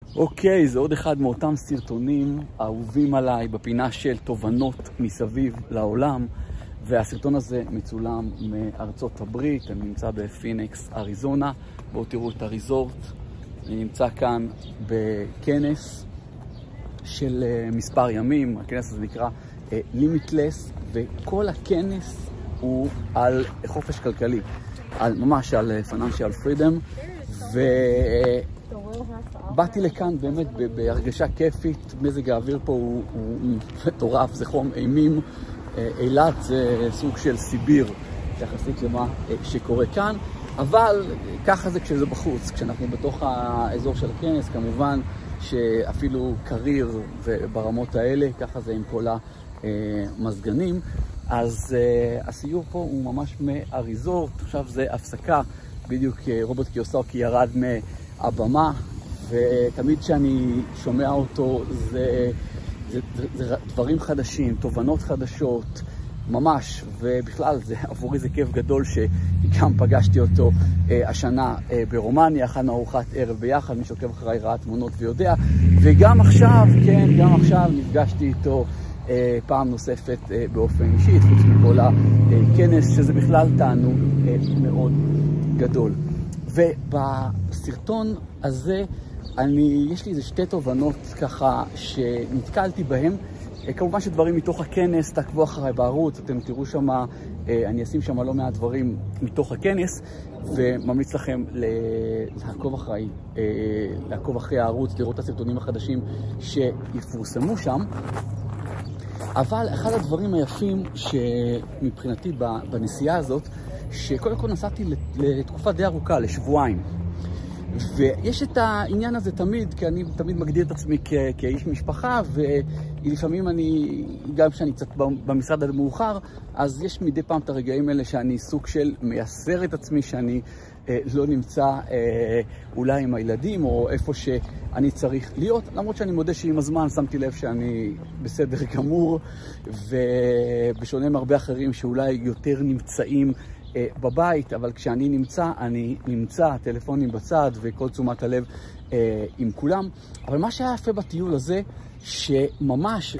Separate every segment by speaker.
Speaker 1: אוקיי, זה עוד אחד מאותם סרטונים אהובים עליי בפינה של תובנות מסביב לעולם, והסרטון הזה מצולם מארצות הברית. אני נמצא בפיניקס, אריזונה. בואו תראו את הריזורט. אני נמצא כאן בכנס של מספר ימים. הכנס הזה נקרא Limitless, וכל הכנס הוא על חופש כלכלי, ממש על Financial Freedom. באתי לכאן באמת בהרגשה כיפית. מזג האוויר פה הוא מטורף, זה חום אימים. אילת זה סוג של סיביר יחסית למה שקורה כאן, אבל ככה זה כשזה בחוץ. כשאנחנו בתוך האזור של הכנס, כמובן שאפילו קריר וברמות האלה, ככה זה עם כל המזגנים. אז הסיור פה הוא ממש מהריזורט. עכשיו זה הפסקה, בדיוק רוברט קיוסקי ירד מהבמה, ותמיד כשאני שומע אותו זה דברים חדשים, תובנות חדשות, ממש. ובכלל זה עבורי זה כיף גדול שגם פגשתי אותו השנה ברומניה, אכלנו ארוחת ערב ביחד, מי שעוקב אחריי ראה תמונות ויודע, וגם עכשיו, כן, גם עכשיו נפגשתי איתו פעם נוספת באופן אישי, חוץ מכל הכנס, שזה בכלל תענוג מאוד גדול. ובסרטון הזה יש לי איזה שתי תובנות ככה שנתקלתי בהם. כמובן שדברים מתוך הכנס, תעקבו אחריי בערוץ, אתם תראו שמה, אני אשים שמה לא מעט דברים מתוך הכנס, וממליץ לכם לעקוב אחרי הערוץ, לראות את הסרטונים החדשים שיפורסמו שם. אבל אחד הדברים היפים שמבחינתי בנסיעה הזאת, שקודם כל נסעתי לתקופה די ארוכה, לשבועיים. ויש את העניין הזה תמיד, כי אני תמיד מגדיר את עצמי כאיש משפחה, ולפעמים גם כשאני קצת במשרד עד מאוחר, אז יש מדי פעם את הרגעים האלה שאני סוג של מייסר את עצמי, שאני לא נמצא אולי עם הילדים או איפה שאני צריך להיות, למרות שאני מודה שעם הזמן שמתי לב שאני בסדר גמור, ובשונה מהרבה אחרים שאולי יותר נמצאים בבית, אבל כשאני נמצא, טלפונים בצד וכל תשומת הלב עם כולם. אבל מה שהיה יפה בטיול הזה, שממש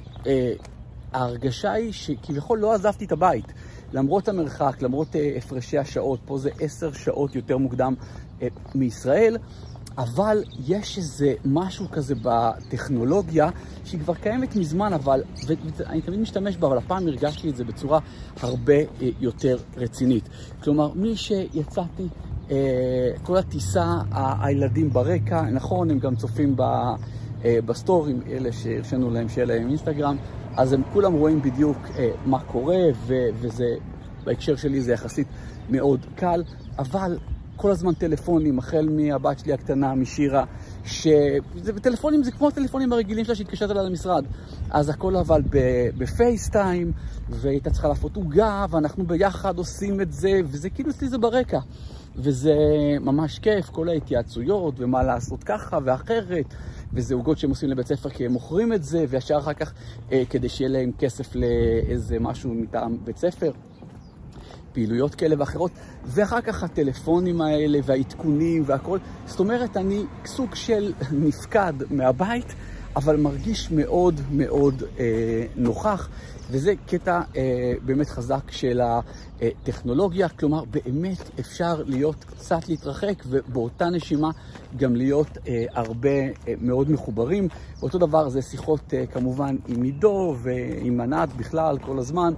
Speaker 1: ההרגשה היא שכביכול לא עזבתי את הבית, למרות המרחק, למרות הפרשי השעות. פה זה 10 שעות יותר מוקדם מישראל, אבל יש איזה משהו כזה בטכנולוגיה שהיא כבר קיימת מזמן, ואני תמיד משתמש בה, אבל הפעם הרגשתי את זה בצורה הרבה יותר רצינית. כלומר, מי שיצאתי, כל הטיסה, הילדים ברקע, נכון, הם גם צופים בסטורים, אלה שהרשנו להם שיהיה להם אינסטגרם, אז הם כולם רואים בדיוק מה קורה, וזה, בהקשר שלי זה יחסית מאוד קל, אבל כל הזמן טלפונים, החל מהבת שלי הקטנה, משירה, טלפונים זה כמו הטלפונים הרגילים שלה שהתקשרת עליה למשרד. אז הכל אבל בפייסטיים, והייתה צריכה להפות עוגה, ואנחנו ביחד עושים את זה, וזה כאילו אצלי זה ברקע. וזה ממש כיף, כל ההתייעצויות, ומה לעשות ככה ואחרת, וזה עוגות שהם עושים לבית ספר כי הם מוכרים את זה, וישר אחר כך כדי שיהיה להם כסף לאיזה משהו מטעם בית ספר. פעילויות כאלה ואחרות, ואחר כך הטלפונים האלה והעדכונים והכל. זאת אומרת, אני סוג של נפקד מהבית, אבל מרגיש מאוד מאוד נוכח, וזה קטע באמת חזק של הטכנולוגיה. כלומר, באמת אפשר להיות קצת להתרחק, ובאותה נשימה גם להיות הרבה מאוד מחוברים. אותו דבר זה שיחות כמובן עם עידו ועם ענת בכלל כל הזמן,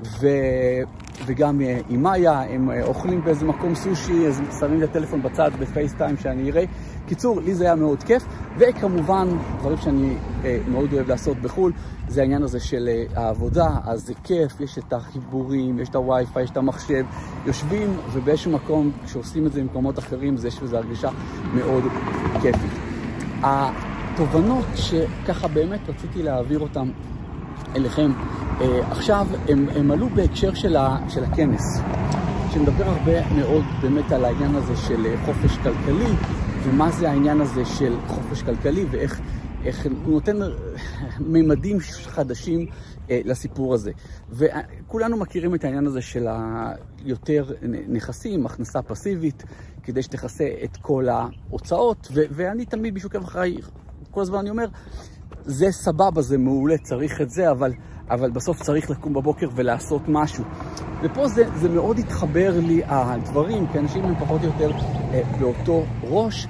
Speaker 1: וגם עם מאיה. הם אוכלים באיזה מקום סושי, אז שמים את הטלפון בצד בפייסטיים שאני אראה. קיצור, לי זה היה מאוד כיף. וכמובן, דברים שאני מאוד אוהב לעשות בחול, זה העניין הזה של העבודה. אז זה כיף, יש את החיבורים, יש את הווי-פיי, יש את המחשב, יושבים, ובאיזשהו מקום, כשעושים את זה במקומות אחרים, זה יש לזה הרגישה מאוד כיפית. התובנות שככה באמת רציתי להעביר אותם אליכם עכשיו, הם עלו בהקשר של הכנס, שמדבר הרבה מאוד באמת על העניין הזה של חופש כלכלי, ומה זה העניין הזה של חופש כלכלי, ואיך הוא נותן מימדים חדשים לסיפור הזה. וכולנו מכירים את העניין הזה של יותר נכסים, הכנסה פסיבית, כדי שתכסה את כל ההוצאות, ואני תמיד בשוקב אחריי כל הזמן אני אומר, זה סבבה, זה מעולה, צריך את זה, אבל בסוף צריך לקום בבוקר ולעשות משהו. ופה זה מאוד התחבר לי הדברים, כי אנשים הם פחות או יותר באותו ראש,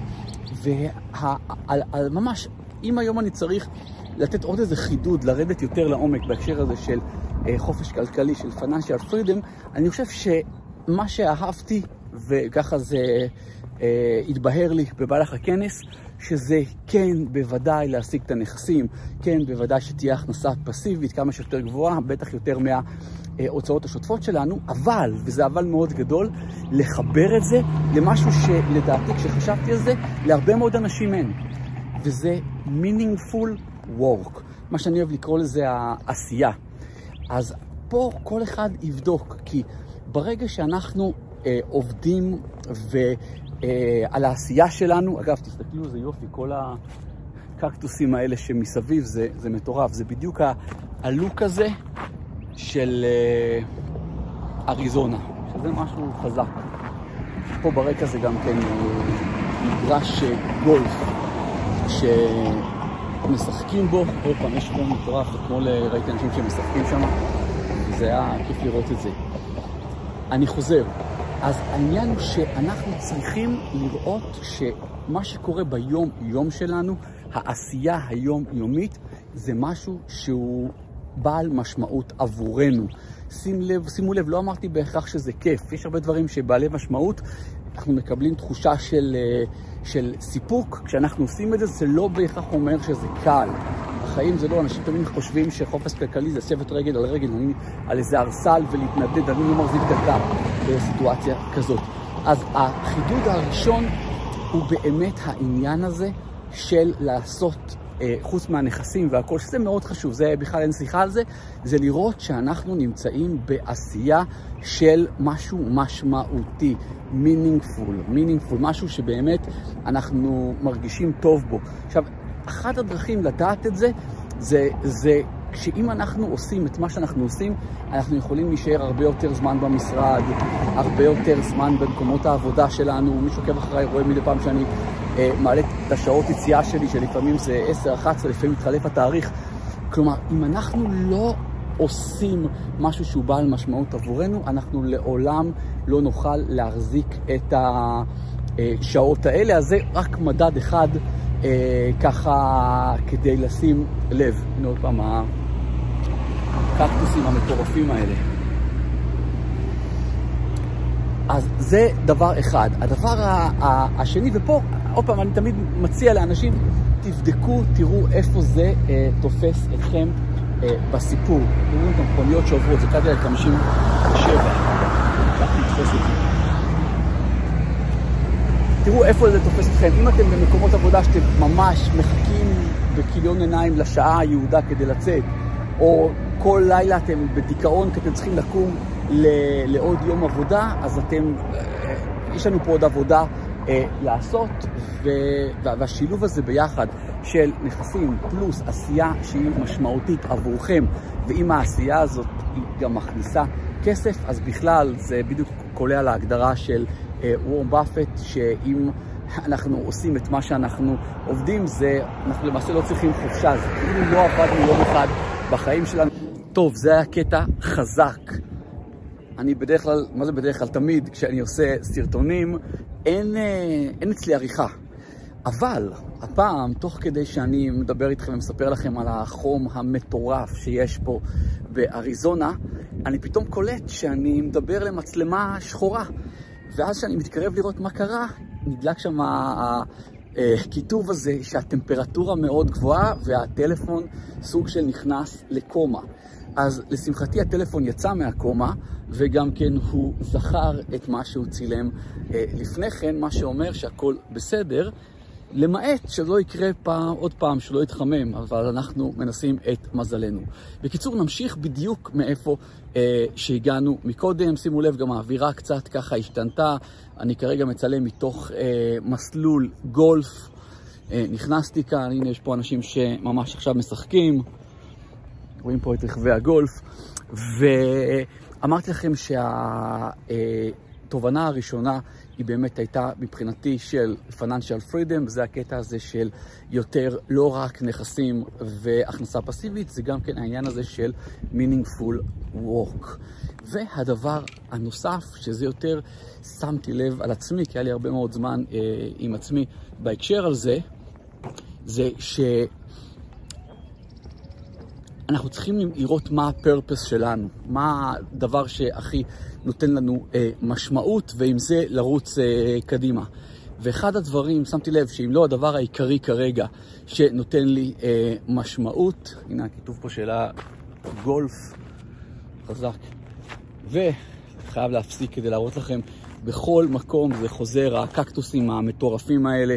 Speaker 1: וממש, אם היום אני צריך לתת עוד איזה חידוד, לרדת יותר לעומק בהקשר הזה של חופש כלכלי, של financial freedom, אני חושב שמה שאהבתי, וככה זה התבהר לי במהלך הכנס, שזה כן בוודאי להשיג את הנכסים, כן בוודאי שתהיה הכנסה פסיבית כמה שיותר גבוהה, בטח יותר מההוצאות השוטפות שלנו, אבל, וזה אבל מאוד גדול, לחבר את זה למשהו שלדעתי כשחשבתי על זה, להרבה מאוד אנשים אין. וזה meaningful work, מה שאני אוהב לקרוא לזה העשייה. אז פה כל אחד יבדוק, כי ברגע שאנחנו עובדים על העשייה שלנו, אגב, תסתכלו, זה יופי, כל הקקטוסים האלה שמסביב, זה מטורף. זה בדיוק הלוק הזה של אריזונה, שזה משהו חזק. פה ברקע זה גם כן מגרש גולף שמשחקים בו, עוד פעם יש חום מטורף, אתמול ראיתי אנשים שמשחקים שם, וזה היה כיף לראות את זה. אני חוזר. אז העניין הוא שאנחנו צריכים לראות שמה שקורה ביום שלנו, העשייה היום-יומית, זה משהו שהוא בעל משמעות עבורנו. שימו לב, לא אמרתי בהכרח שזה כיף. יש הרבה דברים שבעלי משמעות, אנחנו מקבלים תחושה של סיפוק. כשאנחנו עושים את זה, זה לא בהכרח אומר שזה קל. החיים זה לא, אנשים תמיד חושבים שחופש כלכלי זה לשבת רגל על רגל, על איזה ארסל ולהתנדד, אני לא מחזיק דקה בסיטואציה כזאת. אז החידוד הראשון הוא באמת העניין הזה של לעשות, חוץ מהנכסים והכל, שזה מאוד חשוב, זה בכלל אין שיחה על זה, זה לראות שאנחנו נמצאים בעשייה של משהו משמעותי, meaningful, משהו שבאמת אנחנו מרגישים טוב בו. עכשיו, אחת הדרכים לדעת את זה שאם אנחנו עושים את מה שאנחנו עושים, אנחנו יכולים להישאר הרבה יותר זמן במשרד, הרבה יותר זמן במקומות העבודה שלנו. מי שעוקב אחריי רואה מדי פעם שאני מעלה את השעות יציאה שלי, שלפעמים זה 10-11, לפעמים מתחלף התאריך. כלומר, אם אנחנו לא עושים משהו שהוא בעל משמעות עבורנו, אנחנו לעולם לא נוכל להחזיק את השעות האלה. אז זה רק מדד אחד ככה כדי לשים לב. הנה עוד פעם הקקטוסים המטורפים האלה. אז זה דבר אחד. הדבר השני, ופה עוד פעם אני תמיד מציע לאנשים, תבדקו, תראו איפה זה תופס אתכם בסיפור. תראו את המכוניות שעוברות, זה קדיאק 57. כך נתפוס את זה. תראו איפה זה תופס אתכם. אם אתם במקומות עבודה שאתם ממש מחכים בכיליון עיניים לשעה היהודה כדי לצאת, או כל לילה אתם בדיכאון כי אתם צריכים לקום לעוד יום עבודה, אז יש לנו פה עוד עבודה לעשות, והשילוב הזה ביחד של נכסים פלוס עשייה שהיא משמעותית עבורכם, ואם העשייה הזאת היא גם מכניסה כסף, אז בכלל זה בדיוק קולע להגדרה של וורן באפט, שאם אנחנו עושים את מה שאנחנו עובדים, אנחנו למעשה לא צריכים חופשה, זה כאילו לא עבדנו יום אחד בחיים שלנו. טוב, זה היה קטע חזק. אני בדרך כלל, מה זה בדרך כלל? תמיד כשאני עושה סרטונים, אין אצלי עריכה. אבל הפעם, תוך כדי שאני מדבר איתכם ומספר לכם על החום המטורף שיש פה באריזונה, אני פתאום קולט שאני מדבר למצלמה שחורה. ואז שאני מתקרב לראות מה קרה, נדלק שם הכיתוב הזה שהטמפרטורה מאוד גבוהה והטלפון סוג של נכנס לקומה. אז לשמחתי הטלפון יצא מהקומה, וגם כן הוא זכר את מה שהוא צילם לפני כן, מה שאומר שהכל בסדר, למעט שלא יקרה עוד פעם, שלא יתחמם, אבל אנחנו מנסים את מזלנו. בקיצור, נמשיך בדיוק מאיפה שהגענו מקודם. שימו לב, גם האווירה קצת ככה השתנתה. אני כרגע מצלם מתוך מסלול גולף. נכנסתי כאן, הנה יש פה אנשים שממש עכשיו משחקים. רואים פה את רכבי הגולף. ואמרתי לכם שהתובנה הראשונה היא באמת הייתה מבחינתי של financial freedom, וזה הקטע הזה של יותר לא רק נכסים והכנסה פסיבית, זה גם כן העניין הזה של meaningful work. והדבר הנוסף, שזה יותר שמתי לב על עצמי, כי היה לי הרבה מאוד זמן עם עצמי בהקשר על זה, זה שאנחנו צריכים לראות מה הפרפס שלנו, מה הדבר שהכי נותן לנו משמעות, ועם זה לרוץ קדימה. ואחד הדברים, שמתי לב שאם לא הדבר העיקרי כרגע שנותן לי משמעות, הנה הכיתוב פה של הגולף, חזק. וחייב להפסיק כדי להראות לכם בכל מקום, זה חוזר, הקקטוסים המטורפים האלה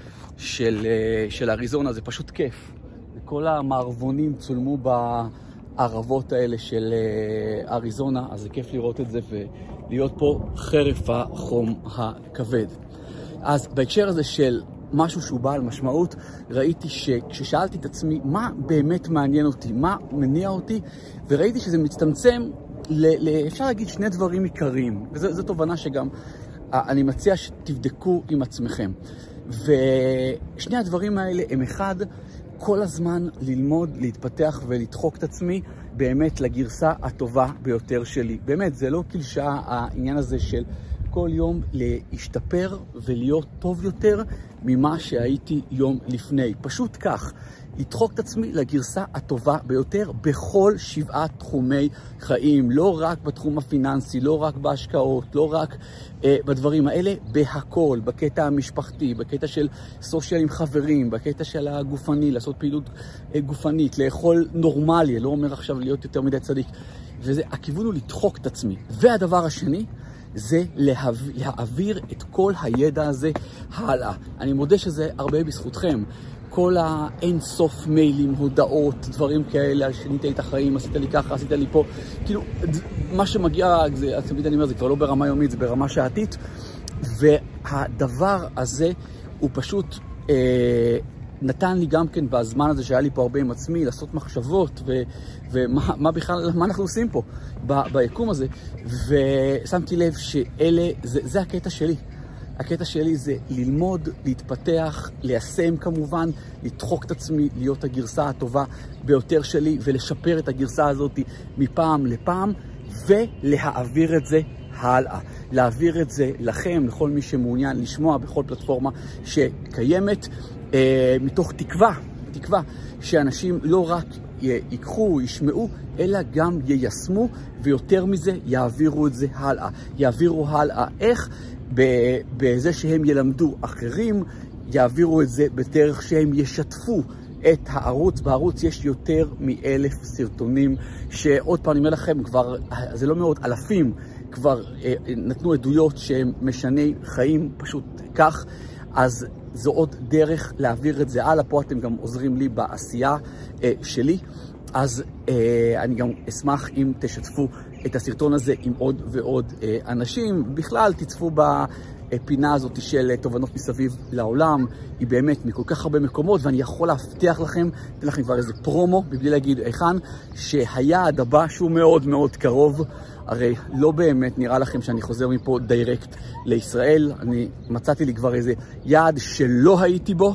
Speaker 1: של אריזונה, זה פשוט כיף. וכל המערבונים צולמו בערבות האלה של אריזונה, אז זה כיף לראות את זה ולהיות פה חרף החום הכבד. אז בהקשר הזה של משהו שהוא בעל משמעות, ראיתי שכששאלתי את עצמי מה באמת מעניין אותי, מה מניע אותי, וראיתי שזה מצטמצם אפשר להגיד שני דברים עיקריים, וזו תובנה שגם אני מציע שתבדקו עם עצמכם. ושני הדברים האלה הם אחד, כל הזמן ללמוד, להתפתח ולדחוק את עצמי באמת לגרסה הטובה ביותר שלי. באמת, זה לא קלשה העניין הזה של כל יום להשתפר ולהיות טוב יותר ממה שהייתי יום לפני. פשוט כך, לדחוק את עצמי לגרסה הטובה ביותר בכל 7 תחומי חיים, לא רק בתחום הפיננסי, לא רק בהשקעות, לא רק בדברים האלה, בהכל, בקטע המשפחתי, בקטע של סושיאל עם חברים, בקטע של הגופני, לעשות פעילות גופנית, לאכול נורמלי, לא אומר עכשיו להיות יותר מדי צדיק, וזה, הכיוון הוא לדחוק את עצמי. והדבר השני, זה להעביר את כל הידע הזה הלאה. אני מודה שזה הרבה בזכותכם. כל האין סוף מיילים, הודעות, דברים כאלה, שנית את החיים, עשית לי ככה, עשית לי פה. כאילו, מה שמגיע, תמיד אני אומר, זה כבר לא ברמה יומית, זה ברמה שעתית. והדבר הזה הוא פשוט נתן לי גם כן בזמן הזה שהיה לי פה הרבה עם עצמי, לעשות מחשבות ומה בכלל, מה אנחנו עושים פה ביקום הזה. ושמתי לב שאלה, זה הקטע שלי. הקטע שלי זה ללמוד, להתפתח, ליישם כמובן, לדחוק את עצמי, להיות הגרסה הטובה ביותר שלי, ולשפר את הגרסה הזאת מפעם לפעם, ולהעביר את זה הלאה. להעביר את זה לכם, לכל מי שמעוניין לשמוע בכל פלטפורמה שקיימת, מתוך תקווה שאנשים לא רק ייקחו, ישמעו, אלא גם יישמו, ויותר מזה יעבירו את זה הלאה. יעבירו הלאה איך? בזה שהם ילמדו אחרים, יעבירו את זה בדרך שהם ישתפו את הערוץ. בערוץ יש יותר מ1,000 סרטונים, שעוד פעם אני אומר לכם, כבר, זה לא מאוד, אלפים כבר נתנו עדויות שהם משני חיים פשוט כך, אז זו עוד דרך להעביר את זה הלאה. פה אתם גם עוזרים לי בעשייה שלי, אז אני גם אשמח אם תשתפו את הסרטון הזה עם עוד ועוד אנשים. בכלל תצפו בפינה הזאת של תובנות מסביב לעולם, היא באמת מכל כך הרבה מקומות, ואני יכול להבטיח לכם, אתן לכם כבר איזה פרומו, מבלי להגיד היכן, שהיעד הבא שהוא מאוד מאוד קרוב. הרי לא באמת נראה לכם שאני חוזר מפה דיירקט לישראל, אני מצאתי לי כבר איזה יעד שלא הייתי בו,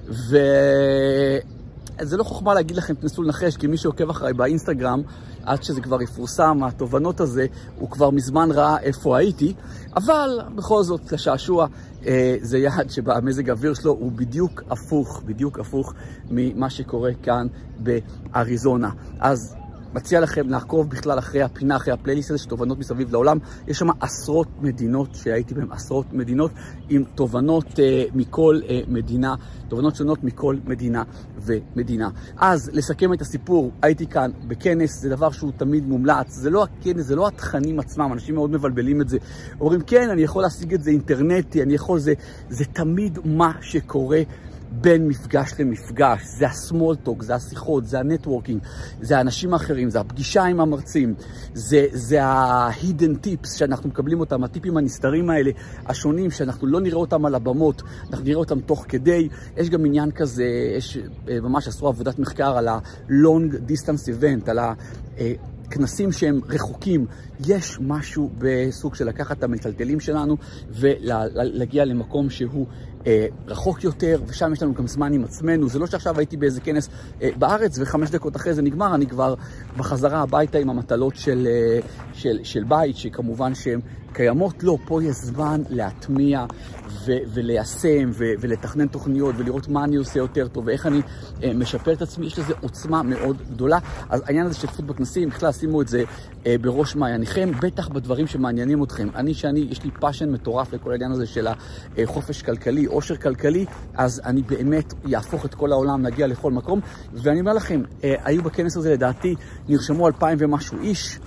Speaker 1: זה לא חוכמה להגיד לכם, תנסו לנחש, כי מי שעוקב אחריי באינסטגרם, עד שזה כבר יפורסם, התובנות הזה, הוא כבר מזמן ראה איפה הייתי, אבל בכל זאת, לשעשוע, זה יעד שבמזג האוויר שלו הוא בדיוק הפוך ממה שקורה כאן באריזונה. אז מציע לכם לעקוב בכלל אחרי הפינה, אחרי הפלייליסט הזה של תובנות מסביב לעולם. יש שם עשרות מדינות שהייתי בהן, עשרות מדינות עם תובנות מכל מדינה, תובנות שונות מכל מדינה ומדינה. אז לסכם את הסיפור, הייתי כאן בכנס, זה דבר שהוא תמיד מומלץ, זה לא הכנס, זה לא התכנים עצמם, אנשים מאוד מבלבלים את זה. אומרים כן, אני יכול להשיג את זה אינטרנטי, אני יכול, זה תמיד מה שקורה בין מפגש למפגש, זה הסמול טוק, זה השיחות, זה הנטוורקינג, זה האנשים האחרים, זה הפגישה עם המרצים, זה ההידן טיפס שאנחנו מקבלים אותם, הטיפים הנסתרים האלה, השונים שאנחנו לא נראה אותם על הבמות, אנחנו נראה אותם תוך כדי. יש גם עניין כזה, יש ממש עשו עבודת מחקר על ה-long distance event, על כנסים שהם רחוקים. יש משהו בסוג של לקחת את המטלטלים שלנו ולהגיע למקום שהוא רחוק יותר, ושם יש לנו גם זמן עם עצמנו. זה לא שעכשיו הייתי באיזה כנס בארץ ו5 דקות אחרי זה נגמר, אני כבר בחזרה הביתה עם המטלות של בית, שכמובן שהן קיימות. לא, פה יש זמן להטמיע וליישם ולתכנן תוכניות ולראות מה אני עושה יותר טוב ואיך אני משפר את עצמי. יש לזה עוצמה מאוד גדולה. אז העניין הזה שותפות בכנסים, בכלל שימו את זה בראש מעייניכם, בטח בדברים שמעניינים אתכם. יש לי פאשן מטורף לכל העניין הזה של החופש כלכלי, עושר כלכלי, אז אני באמת יהפוך את כל העולם, נגיע לכל מקום. ואני אומר לכם, היו בכנס הזה לדעתי, נרשמו 2,000 ומשהו איש,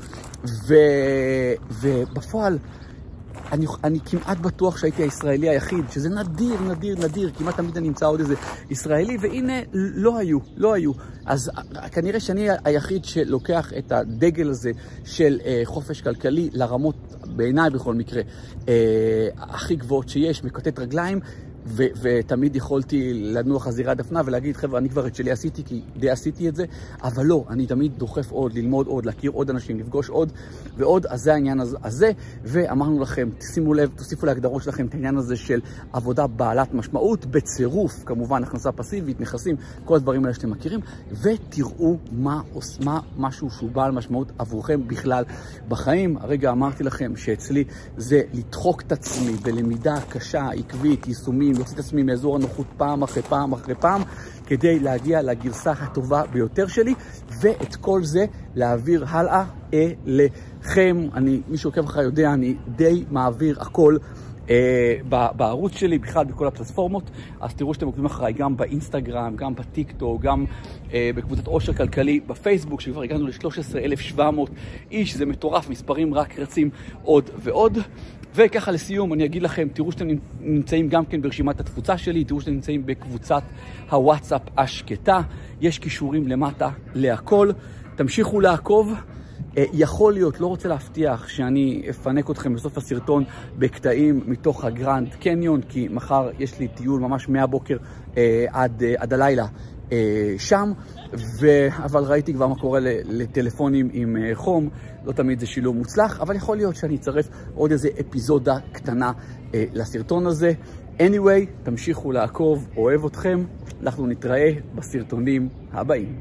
Speaker 1: ובפועל אני כמעט בטוח שהייתי הישראלי היחיד, שזה נדיר, כמעט תמיד אני נמצא עוד איזה ישראלי, והנה לא היו. אז כנראה שאני היחיד שלוקח את הדגל הזה של חופש כלכלי לרמות, בעיניי בכל מקרה, הכי גבוהות שיש, מקוטט רגליים, ותמיד יכולתי לנוח חזירה דפנה ולהגיד, חבר'ה, אני כבר את שלי עשיתי, כי די עשיתי את זה, אבל לא, אני תמיד דוחף עוד, ללמוד עוד, להכיר עוד אנשים, לפגוש עוד ועוד. אז זה העניין הזה, ואמרנו לכם, תשימו לב, תוסיפו להגדרות שלכם את העניין הזה של עבודה בעלת משמעות, בצירוף, כמובן, הכנסה פסיבית, נכסים, כל הדברים האלה שאתם מכירים, ותראו מה משהו שהוא בעל משמעות עבורכם בכלל בחיים. הרגע אמרתי לכם שאצלי זה לדחוק את עצמי בלמידה קשה, עקבית, יישומית, להוציא את עצמי מאזור הנוחות פעם אחרי פעם אחרי פעם, כדי להגיע לגרסה הטובה ביותר שלי, ואת כל זה להעביר הלאה לכם. מי שעוקב אחרי יודע, אני די מעביר הכל בערוץ שלי, בכלל בכל הפלטפורמות. אז תראו שאתם עוקבים אחריי גם באינסטגרם, גם בטיקטוק, גם בקבוצת עושר כלכלי בפייסבוק, שכבר הגענו ל-13,700 איש. זה מטורף, מספרים רק רצים עוד ועוד. וככה לסיום אני אגיד לכם, תראו שאתם נמצאים גם כן ברשימת התפוצה שלי, תראו שאתם נמצאים בקבוצת הוואטסאפ השקטה, יש קישורים למטה להכל, תמשיכו לעקוב. יכול להיות, לא רוצה להבטיח שאני אפנק אתכם בסוף הסרטון בקטעים מתוך הגרנד קניון, כי מחר יש לי טיול ממש מהבוקר עד הלילה שם, אבל ראיתי כבר מה קורה לטלפונים עם חום, לא תמיד זה שילוב מוצלח, אבל יכול להיות שאני אצרף עוד איזה אפיזודה קטנה לסרטון הזה. anyway, תמשיכו לעקוב, אוהב אתכם, אנחנו נתראה בסרטונים הבאים.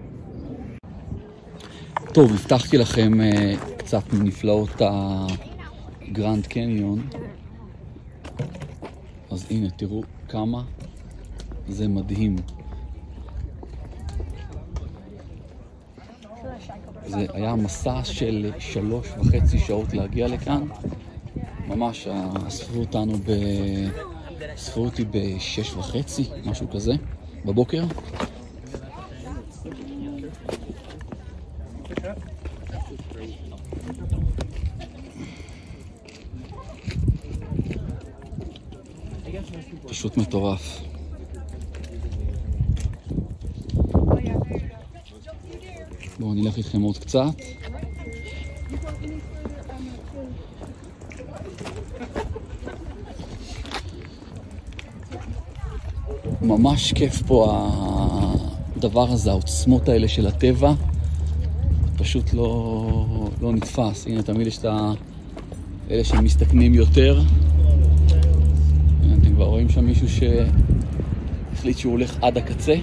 Speaker 1: טוב, הבטחתי לכם קצת מנפלאות הגרנד קניון, אז הנה, תראו כמה זה מדהים. זה היה מסע של 3.5 שעות להגיע לכאן. ממש, ספרו אותי ב6.5, משהו כזה, בבוקר. פשוט מטורף. בואו נלך איתכם עוד קצת. ממש כיף פה הדבר הזה, העוצמות האלה של הטבע. פשוט לא נתפס. הנה, תמיד יש את אלה שמסתכנים יותר. אתם כבר רואים שם מישהו שהחליט שהוא הולך עד הקצה.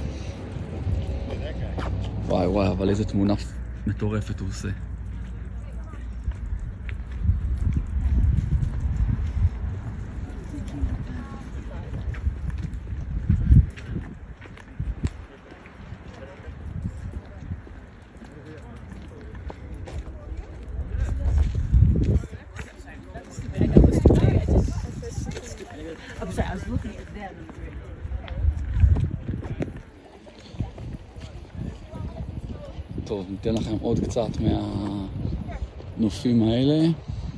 Speaker 1: וואי, אבל איזה תמונה מטורפת הוא עושה. טוב, ניתן לכם עוד קצת מהנופים האלה.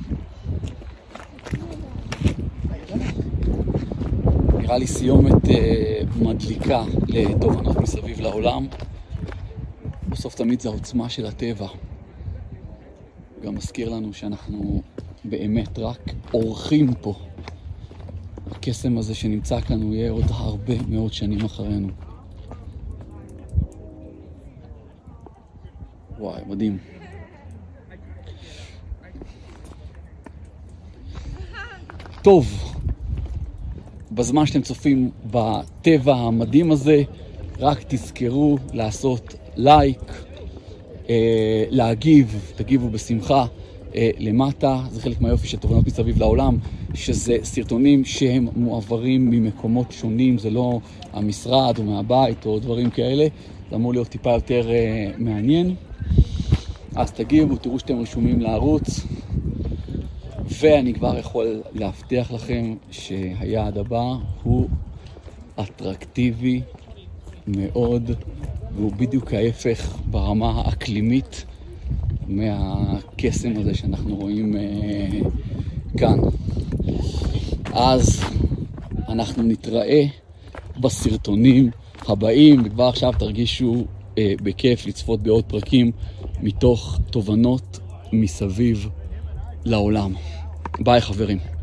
Speaker 1: נראה לי סיומת מדליקה לתובנות מסביב לעולם. בסוף תמיד זה העוצמה של הטבע. גם מזכיר לנו שאנחנו באמת רק אורחים פה. הקסם הזה שנמצא כאן הוא יהיה עוד הרבה מאוד שנים אחרינו. וואי, מדהים. טוב בזמן שאתם צופים בטבע המדהים הזה. רק תזכרו לעשות לייק, להגיב, תגיבו בשמחה למטה. זה חלק מהיופי של תובנות מסביב לעולם, שזה סרטונים שהם מועברים ממקומות שונים, זה לא המשרד או מהבית או דברים כאלה, זה אמור להיות טיפה יותר מעניין. אז תגיבו, תראו שאתם רשומים לערוץ, ואני כבר יכול להבטיח לכם שהיעד הבא הוא אטרקטיבי מאוד, והוא בדיוק ההפך ברמה האקלימית מהקסם הזה שאנחנו רואים כאן. אז אנחנו נתראה בסרטונים הבאים, וכבר עכשיו תרגישו בכיף לצפות בעוד פרקים מתוך תובנות מסביב לעולם. ביי חברים.